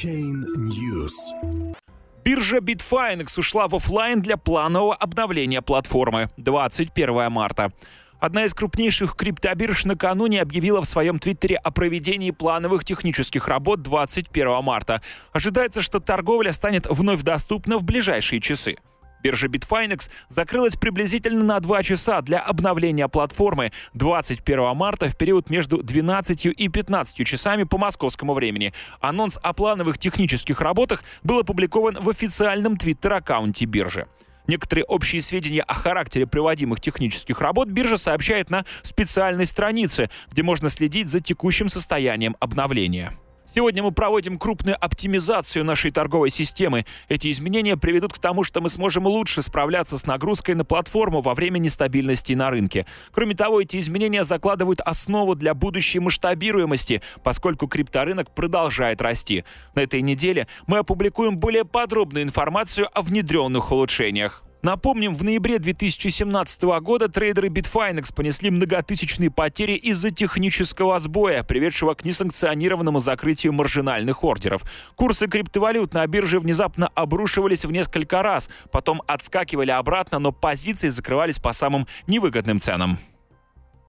Chain News. Биржа Bitfinex ушла в офлайн для планового обновления платформы 21 марта. Одна из крупнейших криптобирж накануне объявила в своем твиттере о проведении плановых технических работ 21 марта. Ожидается, что торговля станет вновь доступна в ближайшие часы. Биржа Bitfinex закрылась приблизительно на 2 часа для обновления платформы 21 марта в период между 12 и 15 часами по московскому времени. Анонс о плановых технических работах был опубликован в официальном твиттер-аккаунте биржи. Некоторые общие сведения о характере проводимых технических работ биржа сообщает на специальной странице, где можно следить за текущим состоянием обновления. Сегодня мы проводим крупную оптимизацию нашей торговой системы. Эти изменения приведут к тому, что мы сможем лучше справляться с нагрузкой на платформу во время нестабильности на рынке. Кроме того, эти изменения закладывают основу для будущей масштабируемости, поскольку крипторынок продолжает расти. На этой неделе мы опубликуем более подробную информацию о внедренных улучшениях. Напомним, в ноябре 2017 года трейдеры Bitfinex понесли многотысячные потери из-за технического сбоя, приведшего к несанкционированному закрытию маржинальных ордеров. Курсы криптовалют на бирже внезапно обрушивались в несколько раз, потом отскакивали обратно, но позиции закрывались по самым невыгодным ценам.